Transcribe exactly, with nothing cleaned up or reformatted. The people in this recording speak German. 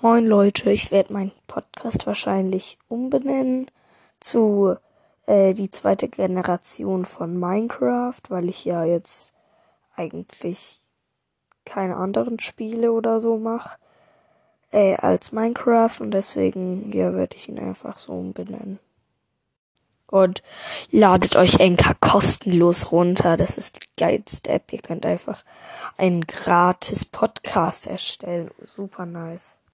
Moin Leute, ich werde meinen Podcast wahrscheinlich umbenennen zu äh, die zweite Generation von Minecraft, weil ich ja jetzt eigentlich keine anderen Spiele oder so mache äh, als Minecraft und deswegen ja werde ich ihn einfach so umbenennen. Und ladet euch Anchor kostenlos runter. Das ist die geilste App. Ihr könnt einfach einen gratis Podcast erstellen. Super nice.